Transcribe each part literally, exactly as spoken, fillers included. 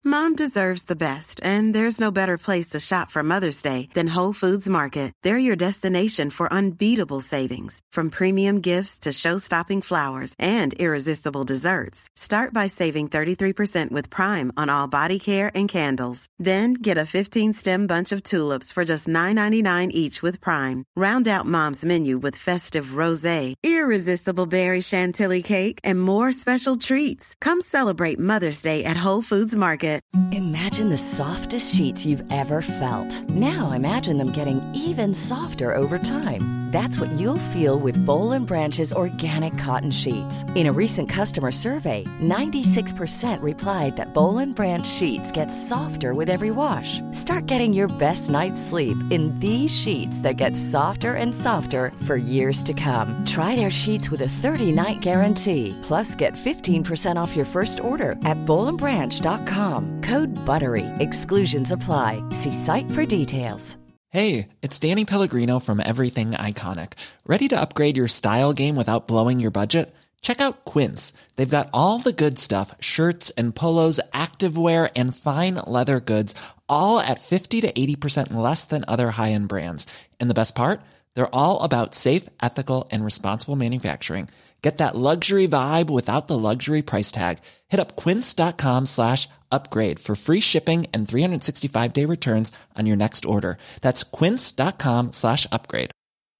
Mom deserves the best, and there's no better place to shop for Mother's Day than Whole Foods Market. They're your destination for unbeatable savings, from premium gifts to show-stopping flowers and irresistible desserts. Start by saving thirty-three percent with Prime on all body care and candles. Then get a fifteen-stem bunch of tulips for just nine ninety-nine each with Prime. Round out Mom's menu with festive rosé, irresistible berry chantilly cake, and more special treats. Come celebrate Mother's Day at Whole Foods Market. Imagine the softest sheets you've ever felt. Now imagine them getting even softer over time. That's what you'll feel with Boll and Branch's organic cotton sheets. In a recent customer survey, ninety-six percent replied that Boll and Branch sheets get softer with every wash. Start getting your best night's sleep in these sheets that get softer and softer for years to come. Try their sheets with a thirty-night guarantee. Plus, get fifteen percent off your first order at boll and branch dot com. Code BUTTERY. Exclusions apply. See site for details. Hey, it's Danny Pellegrino from Everything Iconic. Ready to upgrade your style game without blowing your budget? Check out Quince. They've got all the good stuff, shirts and polos, activewear, and fine leather goods, all at fifty to eighty percent less than other high-end brands. And the best part? They're all about safe, ethical, and responsible manufacturing. Get that luxury vibe without the luxury price tag. Hit up quince.com slash upgrade for free shipping and three sixty-five day returns on your next order. That's quince.com slash upgrade.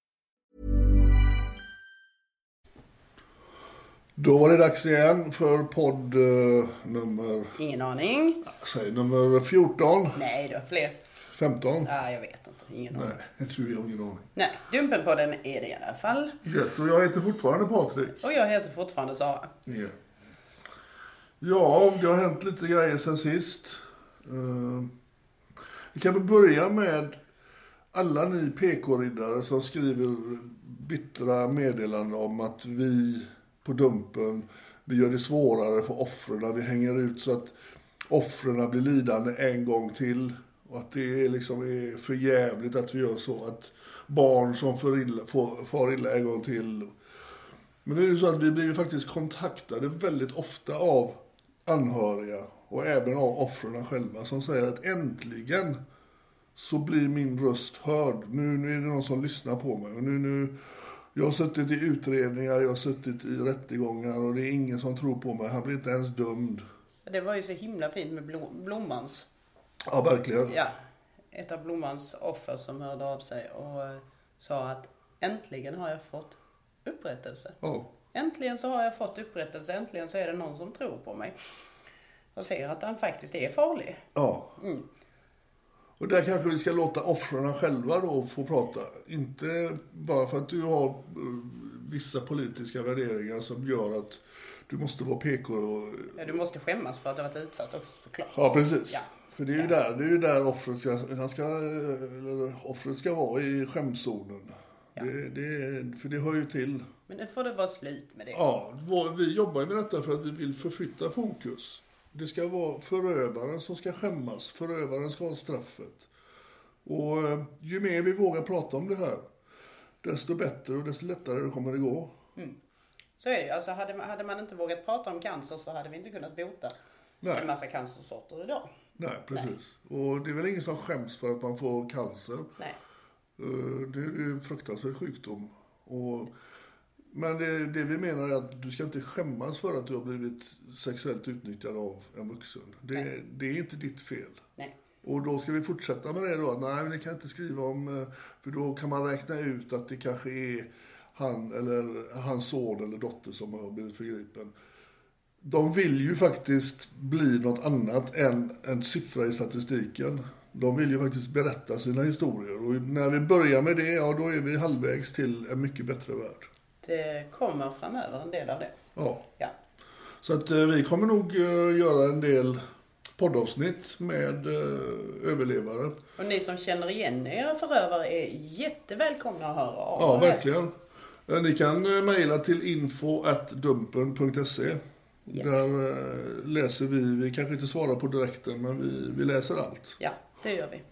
Då var det dags igen för podd uh, nummer... Ingen aning. Säg nummer fjorton. Nej, då fler. femton. Ja, jag vet inte. Ingen aning. Nej, jag tror jag har ingen aning. Nej, Dumpenpodden är det i alla fall. Yes, och jag heter fortfarande Patrik. Och jag heter fortfarande Sara. Yeah. Ja, det har hänt lite grejer sen sist. Uh, vi kan väl börja med alla ni P K-riddare som skriver bittra meddelanden om att vi på Dumpen, vi gör det svårare för offren. Vi hänger ut så att offren blir lidande en gång till. Och att det är liksom är för jävligt att vi gör så. Att barn som får illa, får, får illa en gång till. Men det är ju så att vi blir faktiskt kontaktade väldigt ofta av anhöriga och även av offren själva som säger att äntligen så blir min röst hörd. Nu, nu är det någon som lyssnar på mig. Och nu, nu, jag har suttit i utredningar, jag har suttit i rättegångar och det är ingen som tror på mig. Han blir inte ens dömd. Det var ju så himla fint med Blom, Blommans. Ja, verkligen. Ja, ett av Blommans offer som hörde av sig och uh, sa att äntligen har jag fått upprättelse. Ja. Äntligen så har jag fått upprättelse. Äntligen så är det någon som tror på mig. Och ser att han faktiskt är farlig. Ja. Mm. Och där kanske vi ska låta offren själva då få prata. Inte bara för att du har uh, vissa politiska värderingar som gör att du måste vara P K. Och... Ja, du måste skämmas för att du har varit utsatt också såklart. Ja, precis. Ja. För det är ju ja. där, det är ju där offret ska, han ska, eller offret ska vara i skämzonen. Ja. Det, det, för det hör ju till. Men det får det vara slut med det. Ja, vi jobbar med detta för att vi vill förflytta fokus. Det ska vara förövaren som ska skämmas. Förövaren ska ha straffet. Och ju mer vi vågar prata om det här, desto bättre och desto lättare det kommer det gå. Mm. Så är det ju. Alltså hade man, hade man inte vågat prata om cancer så hade vi inte kunnat bota Nej. en massa cancersorter idag. Nej, precis. Nej. Och det är väl ingen som skäms för att man får cancer. Nej. Det är ju en fruktansvärd sjukdom. Och, men det, det vi menar är att du ska inte skämmas för att du har blivit sexuellt utnyttjad av en vuxen. Det, det är inte ditt fel. Nej. Och då ska vi fortsätta med det då. Nej, men det kan inte skriva om, för då kan man räkna ut att det kanske är han eller hans son eller dotter som har blivit förgripen. De vill ju faktiskt bli något annat än en siffra i statistiken. De vill ju faktiskt berätta sina historier. Och när vi börjar med det, ja då är vi halvvägs till en mycket bättre värld. Det kommer framöver en del av det. Ja. ja. Så att eh, vi kommer nog eh, göra en del poddavsnitt med eh, överlevare. Och ni som känner igen era förövare är jättevälkomna att höra av. Ja, verkligen. Eh, ni kan eh, mejla till info at dumpen punkt se. Yep. Där eh, läser vi, vi kanske inte svarar på direkten, men vi, vi läser allt. Ja, det gör vi.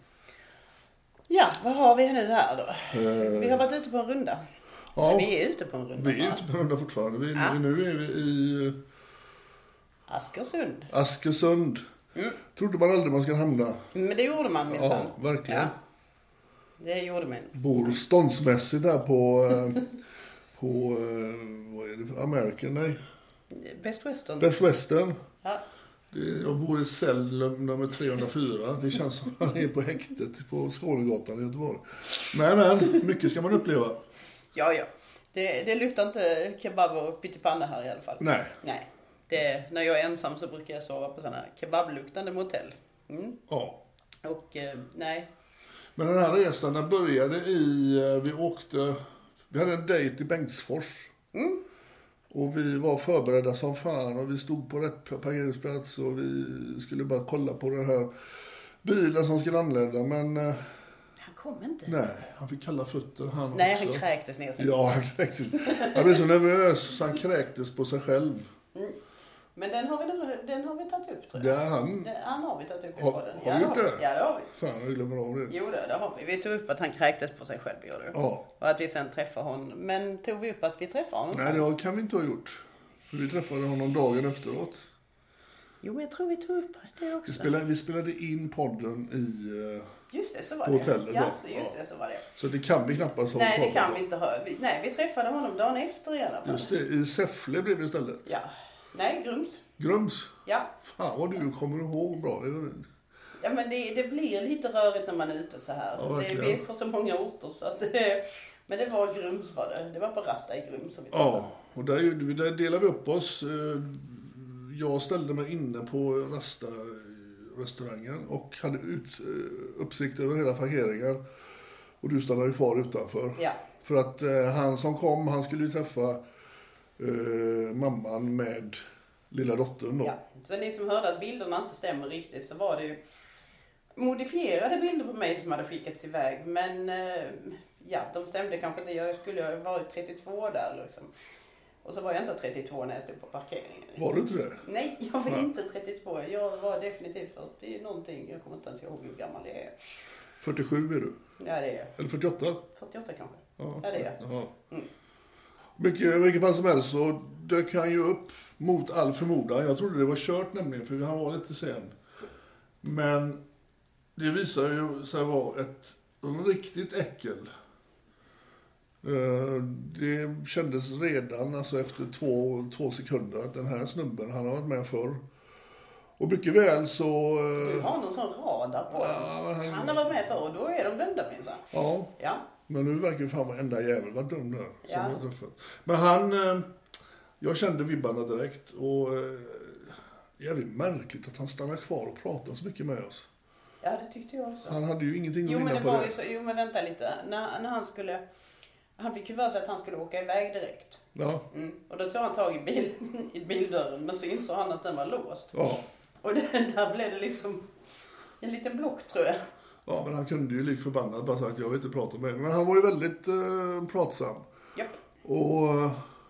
Ja, vad har vi nu här då? Eh, vi har varit ute på en runda. Ja, vi är ute på en runda. Vi är ute på en runda fortfarande. Vi, ja. Nu är vi i Askersund. Askersund. Mm. Trodde man aldrig man skulle hamna. Men det gjorde man minsann. Ja, verkligen. Ja. Det gjorde man. Bor ståndsmässigt där på, på vad är det, American, nej? Best Western. Best Western. Ja. Jag bor i cell nummer tre hundra fyra. Det känns som att han är på häktet på Skånegatan i Göteborg. Men, men, mycket ska man uppleva. Ja, ja. Det, det luktar inte kebab och pyttipanna här i alla fall. Nej. Nej. Det, när jag är ensam så brukar jag sova på sådana kebabluktande motell. Mm. Ja. Och eh, nej. Men den här resan den började i, vi åkte, vi hade en dejt i Bengtsfors. Mm. Och vi var förberedda som fan och vi stod på rätt parkeringsplats och vi skulle bara kolla på den här bilen som skulle anlända. Men han kom inte. Nej, han fick kalla fötter. Han nej, också. Han kräktes ner sig. Ja, han kräktes. Han blev så nervös så han kräktes på sig själv. Mm. Men den har vi, den har vi tagit upp, tror jag. Det han, den, han har vi tagit upp i har, podden. Har vi gjort det? Ja, det har vi. Fan, jag glömmer av det. Jo, det, det har vi. Vi tog upp att han kräktes på sig själv, gör det. Ja. Och att vi sen träffar honom. Men tog vi upp att vi träffar honom? Nej, det kan vi inte ha gjort. För vi träffade honom dagen efteråt. Jo, men jag tror vi tog upp det också. Vi spelade, vi spelade in podden i just det, så var på det. hotellet. Ja, så just ja. det, så var det. Så det kan vi knappast ha. Nej, det kan vi inte ha. Vi, nej, vi träffade honom dagen efter i alla fall. Just det, i Säffle blev det istället. Ja. Nej, Grums. Grums? Ja. Fan vad du kommer ihåg bra. Ja, men det, det blir lite rörigt när man är ute så här. Ja, det, vi är på så många orter så att men det var Grums var det. Det var på Rasta i Grums som vi träffade. Ja, och där, där delade vi upp oss. Jag ställde mig inne på Rasta restaurangen och hade ut, uppsikt över hela parkeringen. Och du stannade kvar utanför. Ja. För att eh, han som kom, han skulle ju träffa eh, mamman med lilla dottern då. Ja, så ni som hörde att bilderna inte stämmer riktigt så var det ju modifierade bilder på mig som hade skickats iväg. Men eh, ja, de stämde kanske inte. Jag skulle ha varit trettiotvå där liksom. Och så var jag inte trettiotvå när jag stod på parkeringen. Var du inte det? Nej, jag var Nej. inte trettiotvå. Jag var definitivt fyrtio någonting. Jag kommer inte ens ihåg hur gammal jag är. fyrtiosju är du? Ja, det är jag. Eller fyrtioåtta? fyrtioåtta kanske. Ja, ja det är jag. Ja. Mm. Mycket, mycket fall som helst så dök han ju upp mot all förmodan. Jag trodde det var kört nämligen för han var lite sen. Men det visar ju sig vara ett riktigt äckel. Det kändes redan alltså efter två, två sekunder att den här snubben, han har varit med förr. Och mycket väl så... Du har någon sån radar på ja, han, han har varit med förr och då är de dömda minsann. Ja. ja. Men nu verkar ju fan varenda jävel vara dömd där. Ja. Som jag träffat. Men han... Jag kände vibbarna direkt och... Jävligt märkligt att han stannade kvar och pratade så mycket med oss. Ja, det tyckte jag också. Han hade ju ingenting jo, att vinna men det på var det. Så, jo, men vänta lite. När, när han skulle... Han fick ju för sig att han skulle åka iväg direkt. Ja. Mm. Och då tog han tag i, bil, i bildörren. Men så insåg han att den var låst. Ja. Och det, där blev det liksom en liten block, tror jag. Ja, men han kunde ju lik förbannat bara sagt att jag vill inte prata med mig. Men han var ju väldigt eh, pratsam. Japp. Och uh,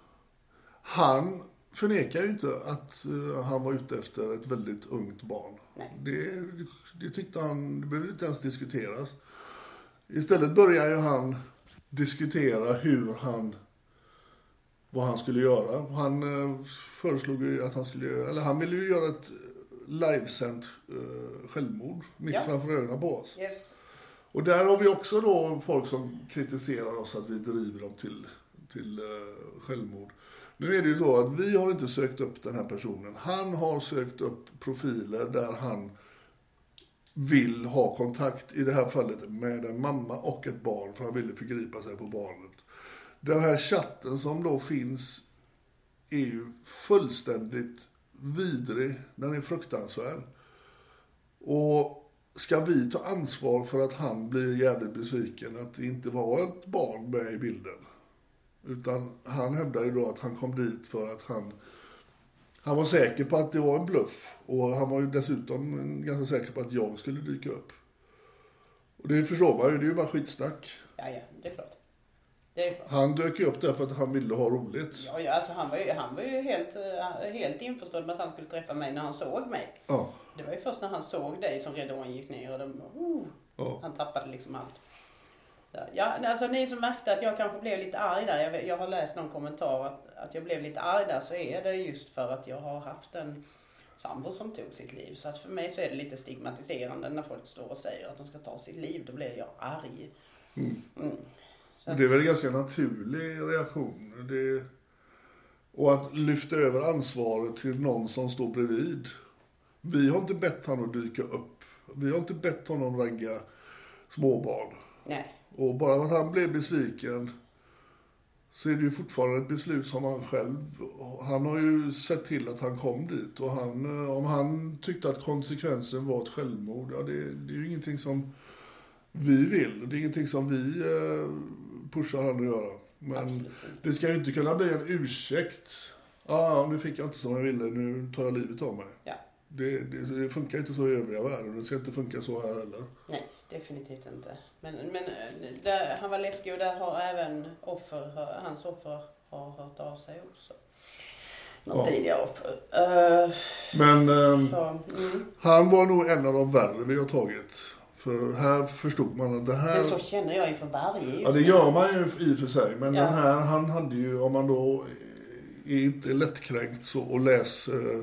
han förnekar ju inte att uh, han var ute efter ett väldigt ungt barn. Nej. Det, det tyckte han, det behövde inte ens diskuteras. Istället börjar ju han diskutera hur han, vad han skulle göra. Han uh, föreslog ju att han skulle, eller han ville ju göra ett livesänt uh, självmord mitt ja. framför ögonen på oss. Yes. Och där har vi också då folk som kritiserar oss att vi driver dem till, till uh, självmord. Nu är det ju så att vi har inte sökt upp den här personen. Han har sökt upp profiler där han vill ha kontakt, i det här fallet med en mamma och ett barn, för han ville förgripa sig på barnet. Den här chatten som då finns är ju fullständigt vidrig, den är fruktansvärd. Och ska vi ta ansvar för att han blir jävligt besviken att det inte var ett barn med i bilden? Utan han hävdar ju då att han kom dit för att han han var säker på att det var en bluff. Och han var ju dessutom ganska säker på att jag skulle dyka upp. Och det förstår man ju, det är ju bara skitsnack. Ja, ja, det är klart. Det är klart. Han dök ju upp därför att han ville ha roligt. Ja, ja alltså han var ju, han var ju helt, helt införstådd med att han skulle träffa mig när han såg mig. Ja. Det var ju först när han såg dig som ridån gick ner och de, uh, ja. Han tappade liksom allt. Ja, alltså ni som märkte att jag kanske blev lite arg där. Jag, jag har läst någon kommentar att, att jag blev lite arg där, så är det just för att jag har haft en sambo som tog sitt liv. Så att för mig så är det lite stigmatiserande när folk står och säger att de ska ta sitt liv. Då blir jag arg. Mm. Mm. Så det är väl en ganska naturlig reaktion. Det... Och att lyfta över ansvaret till någon som står bredvid. Vi har inte bett honom att dyka upp. Vi har inte bett honom ragga småbarn. Nej. Och bara att han blev besviken så är det ju fortfarande ett beslut som han själv... Han har ju sett till att han kom dit. Och han, om han tyckte att konsekvensen var ett självmord, ja, det, det är ju ingenting som vi vill. Det är ingenting som vi eh, pushar han att göra. Men absolut. Det ska ju inte kunna bli en ursäkt. Ja, ah, nu fick jag inte som jag ville, nu tar jag livet av mig. Ja. Det, det, det funkar inte så i övriga världen. Det ska inte funka så här heller. Nej, definitivt inte. Men, men där, han var läskig och där har även offer, hans offer har hört av sig också. Någon ja. tidigare offer. Uh, men um, så, mm. han var nog en av de värre vi har tagit. För här förstod man att det här... Men så känner jag ju för varje. Ja, det gör man ju i och för sig. Men ja. den här, han hade ju, om man då är inte lättkränkt så och läs, uh,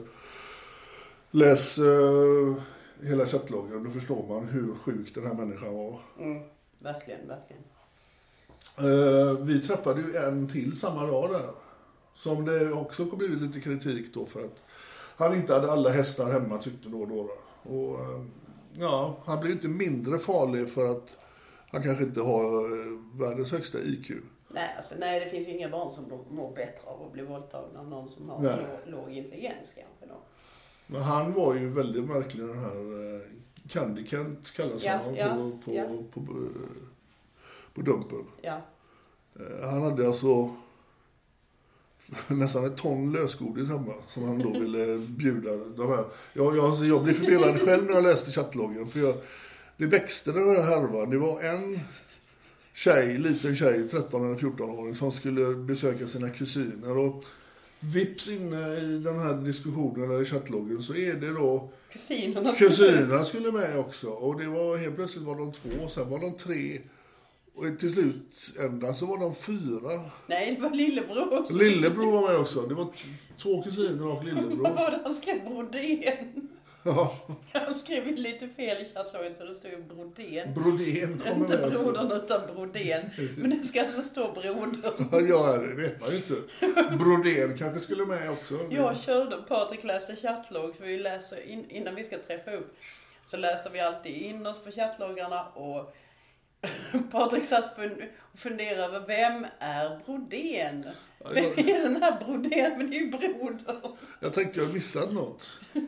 läs uh, hela chattloggen, då förstår man hur sjuk den här människan var. Mm, verkligen, verkligen. Uh, vi träffade ju en till samma dag där. Som det också kom blivit lite kritik då för att han inte hade alla hästar hemma, tyckte då då. Och uh, ja, han blir inte mindre farlig för att han kanske inte har uh, världens högsta I Q. Nej, alltså, nej, det finns ju inga barn som mår bättre av att bli våldtagna av någon som har låg, låg intelligens kanske då. Men han var ju väldigt märklig, den här uh, Candy Kent kallas ja, han ja, på, på, ja. på, på, uh, på Dumpen. Ja. Uh, han hade alltså nästan ett ton lösgodis hemma som han då ville bjuda de här. Jag, jag, alltså jag blev förvirrad själv när jag läste chattloggen, för jag, det växte den här härvan. Det var en tjej, liten tjej, tretton eller fjorton-åring som skulle besöka sina kusiner, och vips inne i den här diskussionen eller i chattloggen så är det då kusinerna, kusinerna skulle med också, och det var helt plötsligt var de två, sen var de tre. Och till slut ända så var de fyra. Nej, det var lillebror också. Lillebror var med också. Det var t- två kusiner och lillebror. Vad var det han skrev? Brodén. Ja. Han skrev lite fel i chattloggen så det stod ju Brodén. Brodén kommer inte med brodern också. Utan Brodén. Men det ska alltså stå brodern. Ja, det vet man ju inte. Brodén kanske skulle med också. Jag körde, Patrik läste chattlogg, för vi läser in, innan vi ska träffa upp så läser vi alltid in oss på chattloggarna, och Patrik satt och funderade över vem är Brodén? Ja, Vem jag... är den här Brodén? Men det är ju brodern. Jag tänkte jag missade något.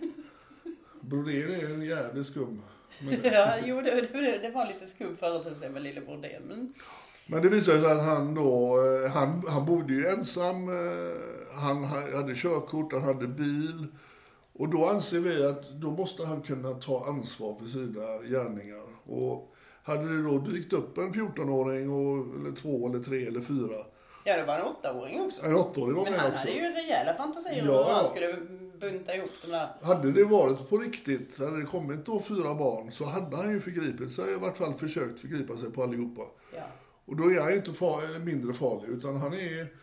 Brodén är en jävligt skum. Men... Ja, jo, det, det, det var lite skum företeelse med lille Brodén. Men... men det visade sig att han då, han, han bodde ju ensam. Han hade körkort, han hade bil. Och då anser vi att då måste han kunna ta ansvar för sina gärningar. Och hade det då dykt upp en fjorton-åring, och, eller två, eller tre, eller fyra. Ja, det var en åttaåring också. En åttaåring var men med han också. hade ju rejäla fantasier om ja. hur han skulle bunta ihop de där. Hade det varit på riktigt, hade det kommit då fyra barn, så hade han ju förgripit sig, i vart fall försökt förgripa sig på allihopa. Ja. Och då är han ju inte far, mindre farlig, utan han är... Eh,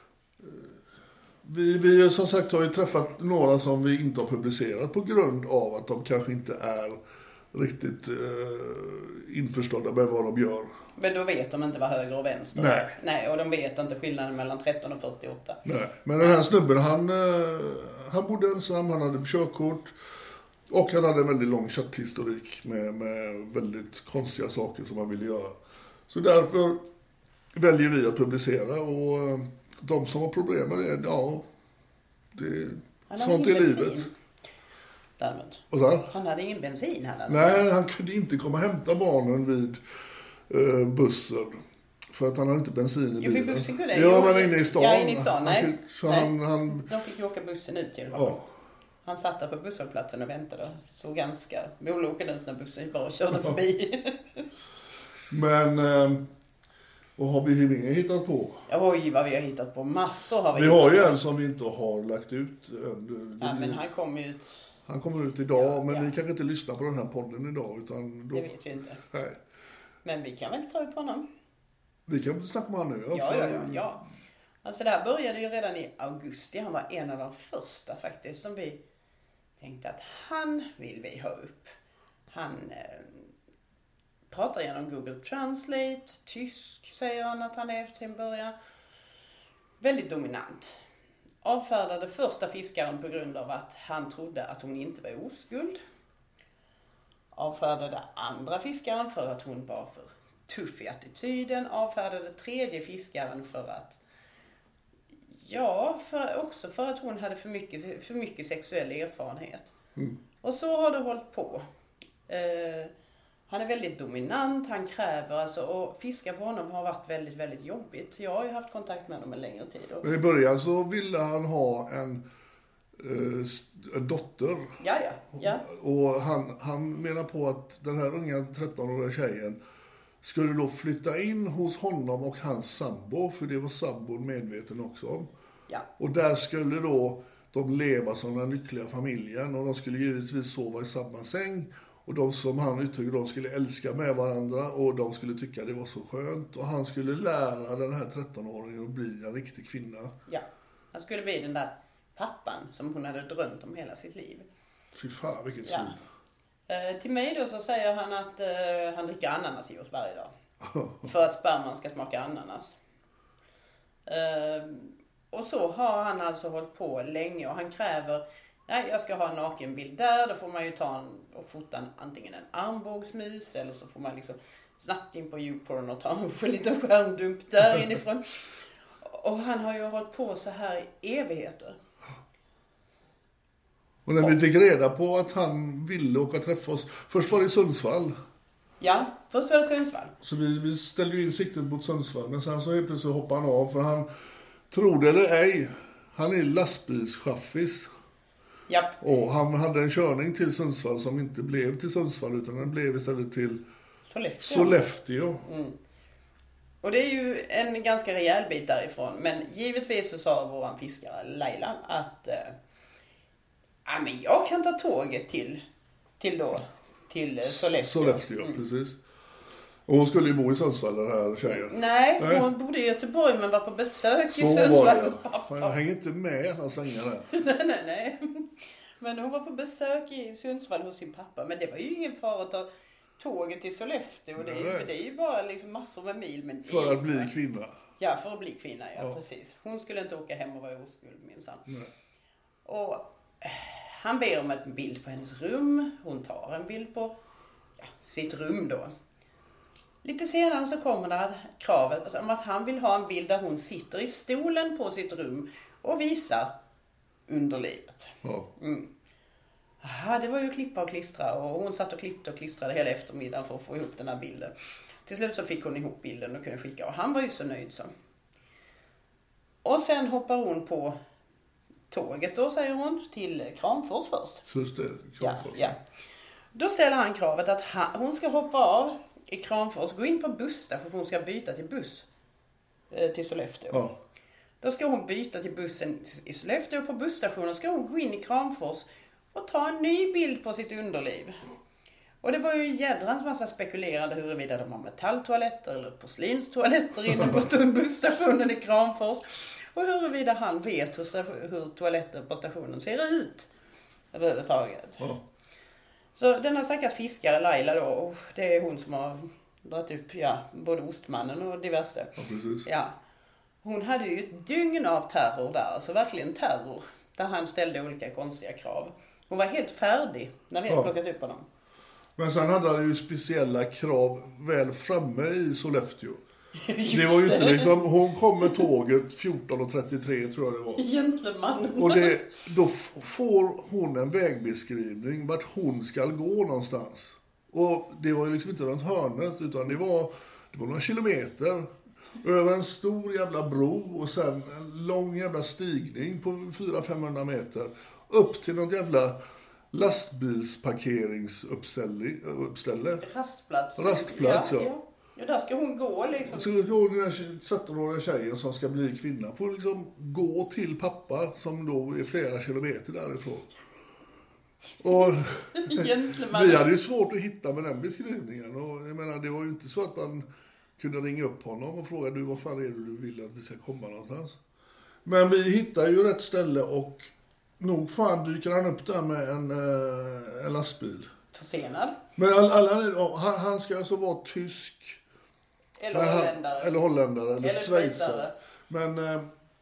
vi, vi som sagt har ju träffat några som vi inte har publicerat på grund av att de kanske inte är riktigt eh, införstådda med vad de gör. Men då vet de inte vad höger och vänster Nej. är. Nej, och de vet inte skillnaden mellan tretton och fyrtioåtta. Nej, men den här snubben, han, han bodde ensam, han hade körkort och han hade en väldigt lång chatthistorik med, med väldigt konstiga saker som han ville göra. Så därför väljer vi att publicera, och de som har problem med det, ja, det är sånt i livet. Däremot. Och så? Han hade ingen bensin. Han hade. Nej, han kunde inte komma och hämta barnen vid eh, bussen. För att han hade inte bensin i jo, bilen. Bussen kunde, ja, jo, men inne i stan. Ja, inne i stan, nej. Han, så nej. Han, han, de fick ju åka bussen ut till ja. Han satt där på busshållplatsen och väntade. Såg ganska moloken ut när bussen bara körde förbi. Men... Eh, vad har vi mer hittat på? Oj, vad vi har hittat på. Massor har vi Vi hittat har ju på. en som vi inte har lagt ut. Ja, men han kommer ut. Han kommer ut idag, ja, men ja. vi kanske inte lyssnar på den här podden idag. Utan då, det vet vi inte. Nej. Men vi kan väl ta upp honom. Vi kan snacka med honom nu. Ja, ja, ja, ja. Alltså det här började ju redan i augusti. Han var en av de första faktiskt som vi tänkte att han vill vi ha upp. Han eh, pratar genom Google Translate, tysk säger han att han är till en början. Väldigt dominant. Avfärdade första fiskaren på grund av att han trodde att hon inte var oskuld. Avfärdade andra fiskaren för att hon var för tuff i attityden. Avfärdade tredje fiskaren för att, ja, för, också för att hon hade för mycket, för mycket sexuell erfarenhet. Mm. Och så har det hållit på. Eh, han är väldigt dominant, han kräver alltså, och fiska på honom har varit väldigt, väldigt jobbigt. Jag har ju haft kontakt med honom en längre tid. Och... Men i början så ville han ha en, eh, en dotter. Ja, ja. ja. Och han, han menar på att den här unga trettonåriga tjejen skulle då flytta in hos honom och hans sambo, för det var sambon medveten också om. Ja. Och där skulle då de leva som den lyckliga familjen, och de skulle givetvis sova i samma säng. Och de som han uttryckte, de skulle älska med varandra och de skulle tycka det var så skönt. Och han skulle lära den här trettonåringen att bli en riktig kvinna. Ja, han skulle bli den där pappan som hon hade drömt om hela sitt liv. Fy fan, vilket ja. syn. Eh, till mig då så säger han att eh, han dricker ananasjuice varje dag. För att sperman ska smaka ananas. Eh, och så har han alltså hållit på länge, och han kräver, nej, jag ska ha en nakenbild där. Då får man ju ta en, och fota en, antingen en armbågsmus, eller så får man liksom snabbt in på YouPorn och ta en liten skärmdump där inifrån. Och han har ju hållit på så här i evigheter. Och när vi fick reda på att han ville åka träffa oss, först var det i Sundsvall. Ja, först var det Sundsvall. Så vi, vi ställde ju in siktet mot Sundsvall, men sen så helt plötsligt hoppade han av, för han, tror det eller ej, han är lastbilschaffis. Japp. Och han hade en körning till Sundsvall som inte blev till Sundsvall, utan den blev istället till Sollefteå. Sollefteå. Mm. Och det är ju en ganska rejäl bit därifrån. Men givetvis så sa våran fiskare Laila att eh, ja, men jag kan ta tåget till, till då till Sollefteå. Sollefteå, mm. precis. Och hon skulle ju bo i Sundsvall, den här tjejen. Nej, Nej, hon bodde i Göteborg men var på besök så i Sundsvall hos pappa. Fan, jag hänger inte med alla svängar där. nej, nej, nej. Men hon var på besök i Sundsvall hos sin pappa. Men det var ju ingen fara att ta tåget till Sollefteå. Det är, ju, det är ju bara liksom massor med mil. Men för att bli kvinna. Ja, för att bli kvinna, ja, ja. precis. Hon skulle inte åka hem och vara oskuld, minsann. Och äh, han ber om en bild på hennes rum. Hon tar en bild på ja, sitt rum då. Lite senare så kommer det kravet om att han vill ha en bild där hon sitter i stolen på sitt rum och visar underlivet. Ja. Mm. Aha, det var ju klippa och klistra, och hon satt och klippte och klistrade hela eftermiddagen för att få ihop den här bilden. Till slut så fick hon ihop bilden och kunde skicka, och han var ju så nöjd så. Och sen hoppar hon på tåget då, säger hon, till Kramfors först. Just det, Kramfors. Ja, ja. Då ställer han kravet att han, hon ska hoppa av i Kramfors, gå in på busstation, för hon ska byta till buss eh, till Sollefteå. Ja. Då ska hon byta till bussen i Sollefteå, och på busstationen ska hon gå in i Kramfors och ta en ny bild på sitt underliv. Och det var ju jädrans massa spekulerande huruvida de har metalltoaletter eller porslinstoaletter inne på busstationen i Kramfors. Och huruvida han vet hur, hur toaletter på stationen ser ut överhuvudtaget. Ja. Så denna stackars fiskare Laila då, det är hon som har dragit upp ja, både ostmannen och diverse. Ja, precis. Ja. Hon hade ju ett dygn av terror där, alltså verkligen terror. Där han ställde olika konstiga krav. Hon var helt färdig när vi hade ja. plockat upp honom. Men sen hade han ju speciella krav väl framme i Sollefteå. Det var ju inte liksom, hon kom med tåget fjorton och trettiotre tror jag det var. Gentleman. Och det, då får hon en vägbeskrivning vart hon ska gå någonstans. Och det var ju liksom inte runt hörnet, utan det var, det var några kilometer. Över en stor jävla bro och sen en lång jävla stigning på fyra till femhundra meter. Upp till något jävla lastbilsparkeringsuppställe. Rastplats. Rastplats, ja. ja. Ja, där ska hon gå liksom. Så går den här trettonåriga tjejen som ska bli kvinna får liksom gå till pappa som då är flera kilometer därifrån. Och vi hade ju svårt att hitta med den beskrivningen. Och jag menar, det var ju inte så att man kunde ringa upp honom och fråga, du, vad fan är det du vill att vi ska komma någonstans? Men vi hittar ju rätt ställe och nog fan dyker han upp där med en, en lastbil. Försenad. Men alla, alla, han, han ska alltså vara tysk. Eller holländare. Eller holländare. Eller, eller schweizare. Men eh,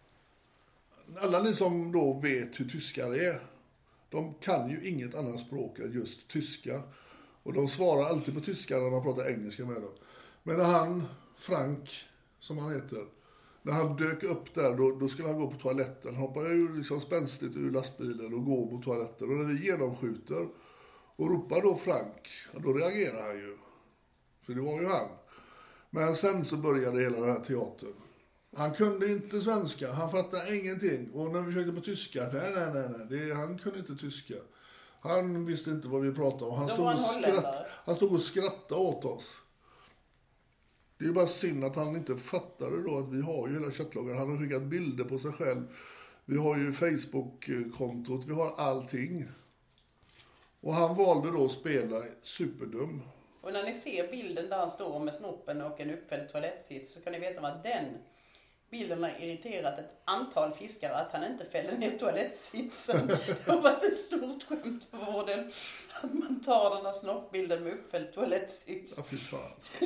alla ni som då vet hur tyskar är. De kan ju inget annat språk än just tyska. Och de svarar alltid på tyska när man pratar engelska med dem. Men när han, Frank som han heter. När han dök upp där, då, då skulle han gå på toaletten. Han hoppade ju liksom spänstigt ur lastbilen och går på toaletten. Och när vi genomskjuter och ropar då Frank, då reagerar han ju. Så det var ju han. Men sen så började hela den här teatern. Han kunde inte svenska, han fattade ingenting. Och när vi försökte på tyska, nej, nej, nej, nej det, han kunde inte tyska. Han visste inte vad vi pratade om. Han stod, och skratt, han stod och skrattade åt oss. Det är ju bara synd att han inte fattade då att vi har ju hela chattloggen. Han har skickat bilder på sig själv. Vi har ju Facebook-kontot, vi har allting. Och han valde då att spela superdum. Och när ni ser bilden där han står med snoppen och en uppfälld toalettsits så kan ni veta om att den bilden har irriterat ett antal fiskare att han inte fäller ner toalettsitsen. Det har varit ett stort skämt för vår del att man tar den här snoppbilden med uppfälld toalettsits. Ja, fy fan.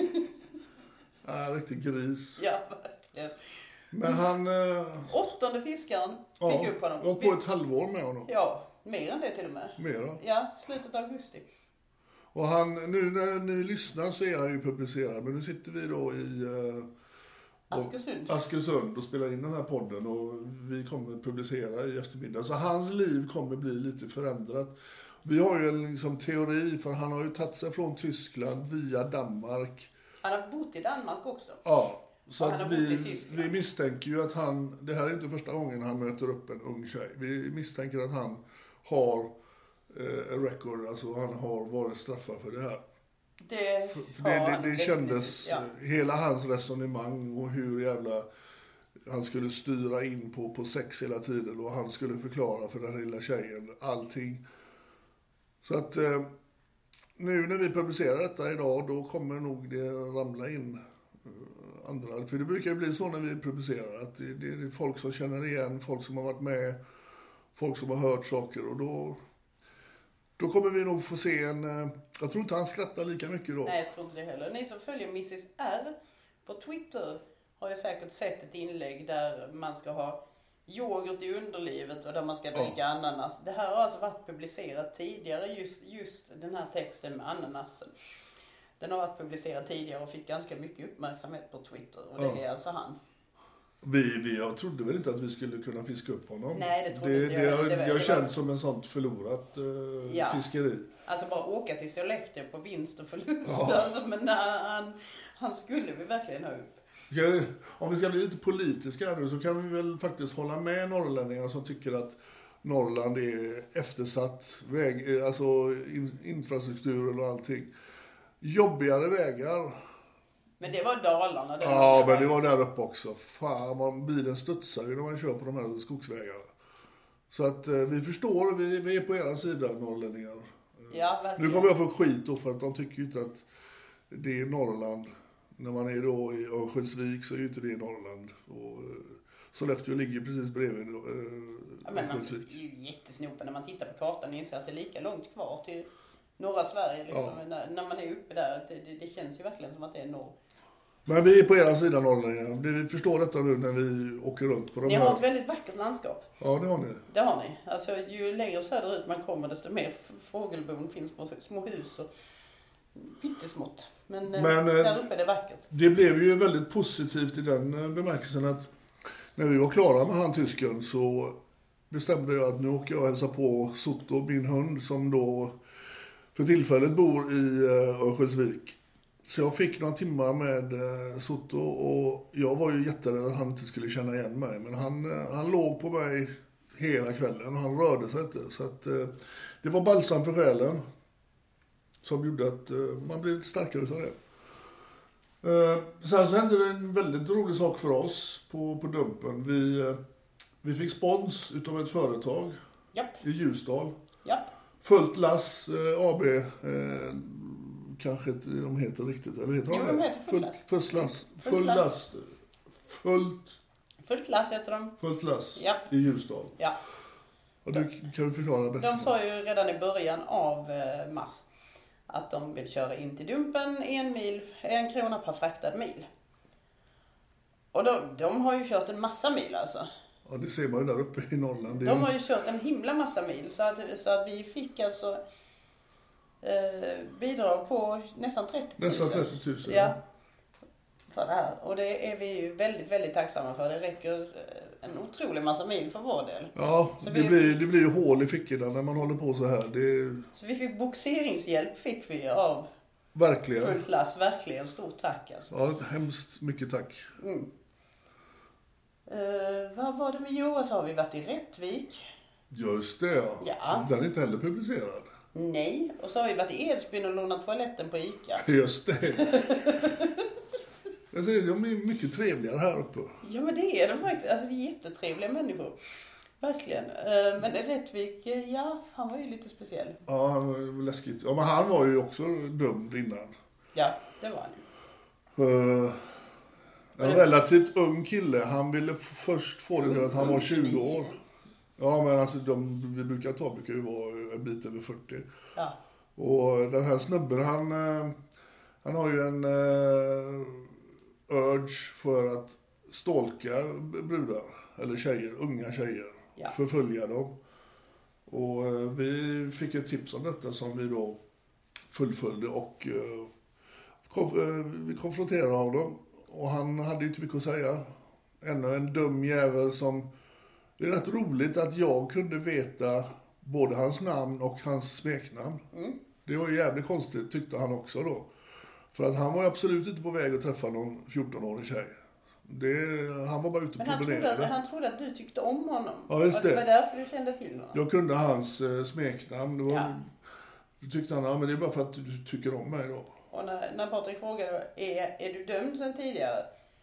Ja, riktigt gris. Ja, verkligen. Men han... Eh, Åttonde fiskaren ja, fick upp honom. Ja, på ett halvår med honom. Ja, mer än det till och med. Mer? Ja, slutet av augusti. Och han, nu när ni lyssnar så är han ju publicerad. Men nu sitter vi då i... Eh, Askersund. Askersund och spelar in den här podden. Och vi kommer publicera i eftermiddag. Så hans liv kommer bli lite förändrat. Vi har ju en liksom, teori, för han har ju tagit sig från Tyskland via Danmark. Han har bott i Danmark också. Ja, så och han att har vi, bott i Tyskland. vi misstänker ju att han, det här är inte första gången han möter upp en ung tjej. Vi misstänker att han har eh, record, alltså han har varit straffad för det här. Det, för, för det, det, det kändes, ja. Hela hans resonemang och hur jävla han skulle styra in på, på sex hela tiden och han skulle förklara för den här lilla tjejen allting. Så att eh, nu när vi publicerar detta idag, då kommer nog det ramla in uh, andra. För det brukar ju bli så när vi publicerar, att det, det är folk som känner igen, folk som har varit med, folk som har hört saker. Och då, då kommer vi nog få se en... Uh, jag tror inte han skrattar lika mycket då. Nej, jag tror inte det heller. Ni som följer missus R på Twitter har ju säkert sett ett inlägg där man ska ha yoghurt i underlivet och där man ska dricka ja. ananas. Det här har alltså varit publicerat tidigare, just, just den här texten med ananasen. Den har varit publicerad tidigare och fick ganska mycket uppmärksamhet på Twitter. Och det ja. är alltså han. Vi, vi jag trodde väl inte att vi skulle kunna fiska upp honom. Nej, det trodde det, inte jag. Det, det, det, det, det jag var... känt som en sånt förlorat uh, ja. fiskeri. Alltså bara åka till Sollefteå på vinst och förlust. Ja. Alltså, men han, han skulle vi verkligen ha upp. Om vi ska bli lite politiska nu så kan vi väl faktiskt hålla med norrlänningar som tycker att Norrland är eftersatt, väg, alltså in, infrastrukturen och allting. Jobbigare vägar. Men det var Dalarna. Det ja, men det var där uppe också. Fan, man, bilen studsar ju när man kör på de här skogsvägarna. Så att eh, vi förstår, vi, vi är på era sida norrlänningar. Ja, verkligen. Nu kommer jag få skit då för att de tycker ju inte att det är Norrland. När man är då i Örnsköldsvik så är ju inte det Norrland. Och uh, Sollefteå ligger precis bredvid uh, ja, men man är ju jättesnopen när man tittar på kartan och inser att det är lika långt kvar till norra Sverige. Liksom, ja. när, när man är uppe där. Det, det, det känns ju verkligen som att det är norr. Men vi är på era sida norrlänningar. Vi förstår detta nu när vi åker runt på de ni här. Ni har ett väldigt vackert landskap. Ja, det har ni. Det har ni. Alltså ju längre söderut man kommer desto mer fågelbon finns på små hus och pyttesmått. Men, Men där uppe är det vackert. Det blev ju väldigt positivt i den bemärkelsen att när vi var klara med han tysken så bestämde jag att nu åker jag och hälsa på Sotto, min hund, som då för tillfället bor i Örnsköldsvik. Så jag fick några timmar med Sotto och jag var ju jätterädd att han inte skulle känna igen mig. Men han, han låg på mig hela kvällen och han rörde sig inte. Så att det var balsam för själen. Som gjorde att uh, man blev lite starkare utav det. Uh, sen så hände det en väldigt rolig sak för oss på, på Dumpen. Vi, uh, vi fick spons utav ett företag Japp. i Ljusdal. Japp. Fullt Lass uh, A B. Uh, kanske inte de heter riktigt. Eller heter jo, de de heter Fullt Lass. Fullt Lass. Fullt Lass. Fullt Fullt Lass heter de. Fullt Lass Japp. i Ljusdal. Ja. Och du kan du förklara bättre? De sa ju redan i början av eh, mars att de vill köra in till dumpen en mil, en krona per fraktad mil. Och då, de har ju kört en massa mil alltså. Ja, det ser man ju där uppe i Norrland. Det de har ju kört en himla massa mil så att, så att vi fick alltså eh, bidrag på nästan trettio tusen. Nästan trettio tusen. Ja. För det här. Och det är vi ju väldigt, väldigt tacksamma för. Det räcker en otrolig massa mil för vår del. Ja, så det, vi, blir, det blir ju hål i fickorna när man håller på så här. Det... Så vi fick boxeringshjälp fick vi av verkligen. fullt lass. Verkligen stort tack alltså. Ja, hemskt mycket tack. Mm. Uh, vad var det med Joa så har vi varit i Rättvik. Just det, ja. Ja. Den är inte heller publicerad. Nej, och så har vi varit i Edsbyn och lånat toaletten på Ica. Just det. Jag säger, de är mycket trevligare här uppe. Ja, men det är de faktiskt. Alltså, jättetrevliga människor. Verkligen. Uh, men Rättvik, ja, han var ju lite speciell. Ja, han var läskigt. Ja, men han var ju också dum innan. Ja, det var han. Uh, en relativt ung kille, han ville f- först få det till att han var tjugo år. Ja, men alltså de vi brukar ta brukar ju vara en bit över fyrtio. Ja. Och den här snubben, han, han har ju en uh, urge för att stalka brudar, eller tjejer, unga tjejer. Ja. Förfölja dem. Och uh, vi fick ett tips om detta som vi då fullföljde och uh, konf- uh, vi konfronterade honom. Och han hade ju inte mycket att säga. Ännu en dum jävel som... Det är rätt roligt att jag kunde veta både hans namn och hans smeknamn. Mm. Det var ju jävligt konstigt, tyckte han också då. För att han var ju absolut inte på väg att träffa någon fjorton-årig tjej. Det, han var bara ute och promenerade. Men han trodde att du tyckte om honom. Ja, just det. Och det var därför du kände till honom. Jag kunde hans eh, smeknamn. Det var, Ja. Då tyckte han, ja men det är bara för att du tycker om mig då. Och när, när Patrik frågade, är, är du dömd sedan tidigare?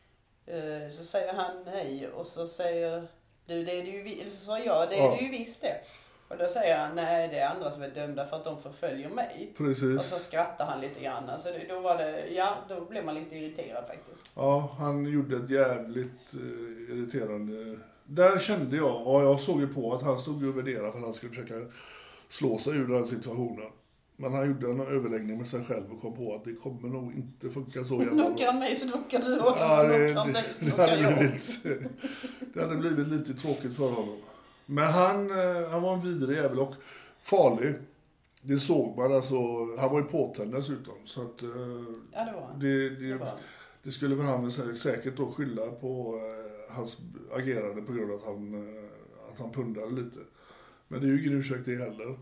Uh, så säger han nej. Och så säger du, det är du ju, så sa jag, det är Ja. du ju visst det. Och då säger han, nej det är andra som är dömda för att de förföljer mig. Precis. Och så skrattar han lite grann. Så det, då var det, ja då blev man lite irriterad faktiskt. Ja, han gjorde ett jävligt eh, irriterande... Där kände jag, och jag såg ju på att han stod och värderade för att han skulle försöka slå sig ur den situationen. Men han gjorde en överläggning med sig själv och kom på att det kommer nog inte funka så jävla bra. Knockar han mig så knockar du och Ja, det, knockar det, dig så det, knockar hade jag. blivit, det hade blivit lite tråkigt för honom. Men han, han var en vidrig jävel och farlig. Det såg man alltså. Han var ju påtänd dessutom. Så att, Ja, det var han. det, det, Det var han. det skulle för han säkert då skylla på eh, hans agerande på grund av att han, eh, att han pundade lite. Men det är ju ingen ursäkt det heller.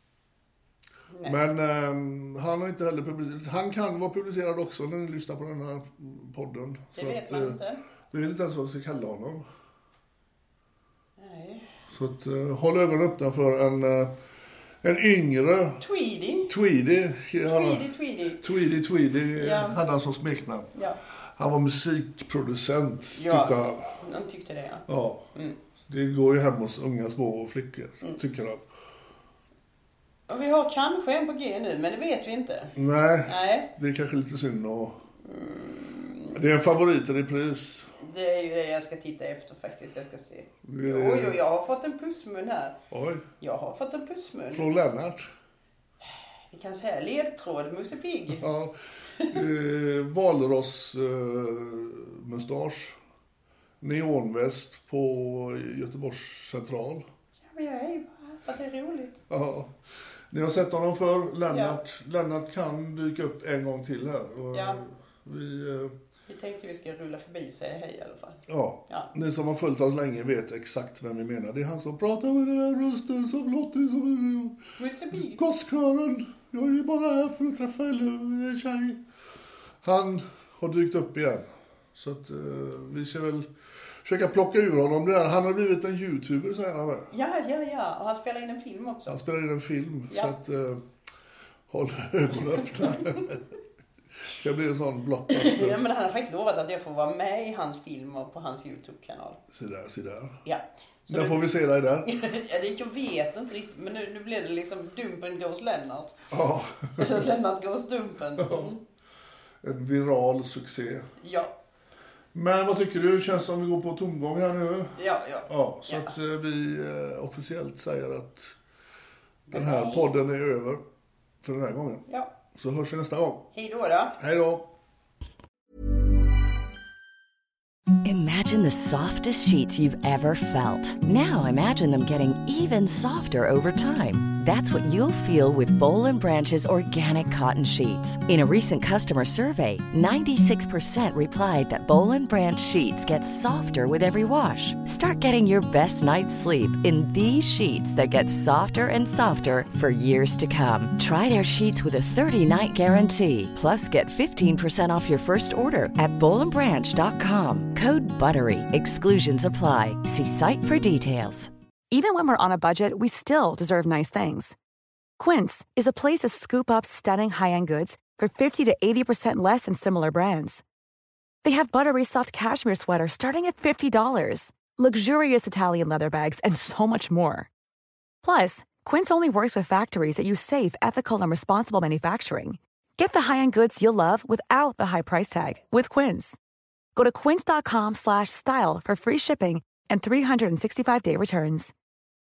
Nej. Men eh, han har inte heller publicerat. Han kan vara publicerad också när ni lyssnar på den här podden. Det Så vet att, man eh, inte. Vi vet inte ens vad vi ska kalla honom. Nej. Så att, uh, håll ögonen öppna för en, uh, en yngre Tweedy. Tweedy. Tweedy, Tweedy. Tweedy, Tweedy Ja. hade han som smeknamn. Ja, Han var musikproducent, Ja. tyckte han. han tyckte det ja. Ja. Mm. Det går ju hem hos unga små flickor, tycker han. Och vi har kanske en på G nu, men det vet vi inte. Nej, Nej, det är kanske lite synd att... Det är en favorit i repris. det är ju det jag ska titta efter faktiskt. Jag ska se. Det är- Jo, jo, jag har fått en pussmun här. Oj, Jag har fått en pussmun. från Lennart. Vi kan säga ledtråd, Musse Pigg. Ja, eh, Valross eh, mustasch. Neonväst på Göteborgs central. Ja, men jag är ju bara här för att det är roligt. Ja. Ni har sett honom för Lennart. Lennart kan dyka upp en gång till här. Och Ja. Vi, eh, Vi tänkte vi ska rulla förbi säga hej i alla fall. ja. Ja. Ni som har följt oss länge vet exakt vem vi menar. Det är han som pratar med den här rösten som låter som Musse Pigg. gosskören. Jag är bara här för att träffa en tjej. Han har dykt upp igen. Så att eh, vi ska väl försöka plocka ur honom där. Han har blivit en YouTuber, säger han med. Ja, ja, ja. Och han spelar in en film också. Han spelar in en film. Ja. Så att eh, håll ögonen öppna. Det ska bli en sån Ja, blockbuster. men han har faktiskt lovat att jag får vara med i hans film och på hans YouTube-kanal. Se där, se där. Ja. Så Där det- får vi se dig där. Ja, det, jag vet inte riktigt, men nu, nu blir det liksom Dumpen goes Lennart. Ja, Lennart goes Dumpen. Mm. en viral succé. Ja. Men vad tycker du? Känns som vi går på tomgång här nu? Ja, ja. Ja, så ja. att eh, vi eh, officiellt säger att den här podden är över för den här gången. Ja. Så hörs vi nästa gång. Hej då då. Hej då. Imagine the softest sheets you've ever felt. Now imagine them getting even softer over time. That's what you'll feel with Boll and Branch's organic cotton sheets. In a recent customer survey, ninety-six percent replied that Boll and Branch sheets get softer with every wash. Start getting your best night's sleep in these sheets that get softer and softer for years to come. Try their sheets with a thirty-night guarantee. Plus, get fifteen percent off your first order at boll and branch dot com. Code BUTTERY. Exclusions apply. See site for details. Even when we're on a budget, we still deserve nice things. Quince is a place to scoop up stunning high-end goods for fifty to eighty percent less than similar brands. They have buttery soft cashmere sweaters starting at fifty dollars, luxurious Italian leather bags, and so much more. Plus, Quince only works with factories that use safe, ethical, and responsible manufacturing. Get the high-end goods you'll love without the high price tag with Quince. Go to quince dot com slash style for free shipping and three hundred sixty-five day returns.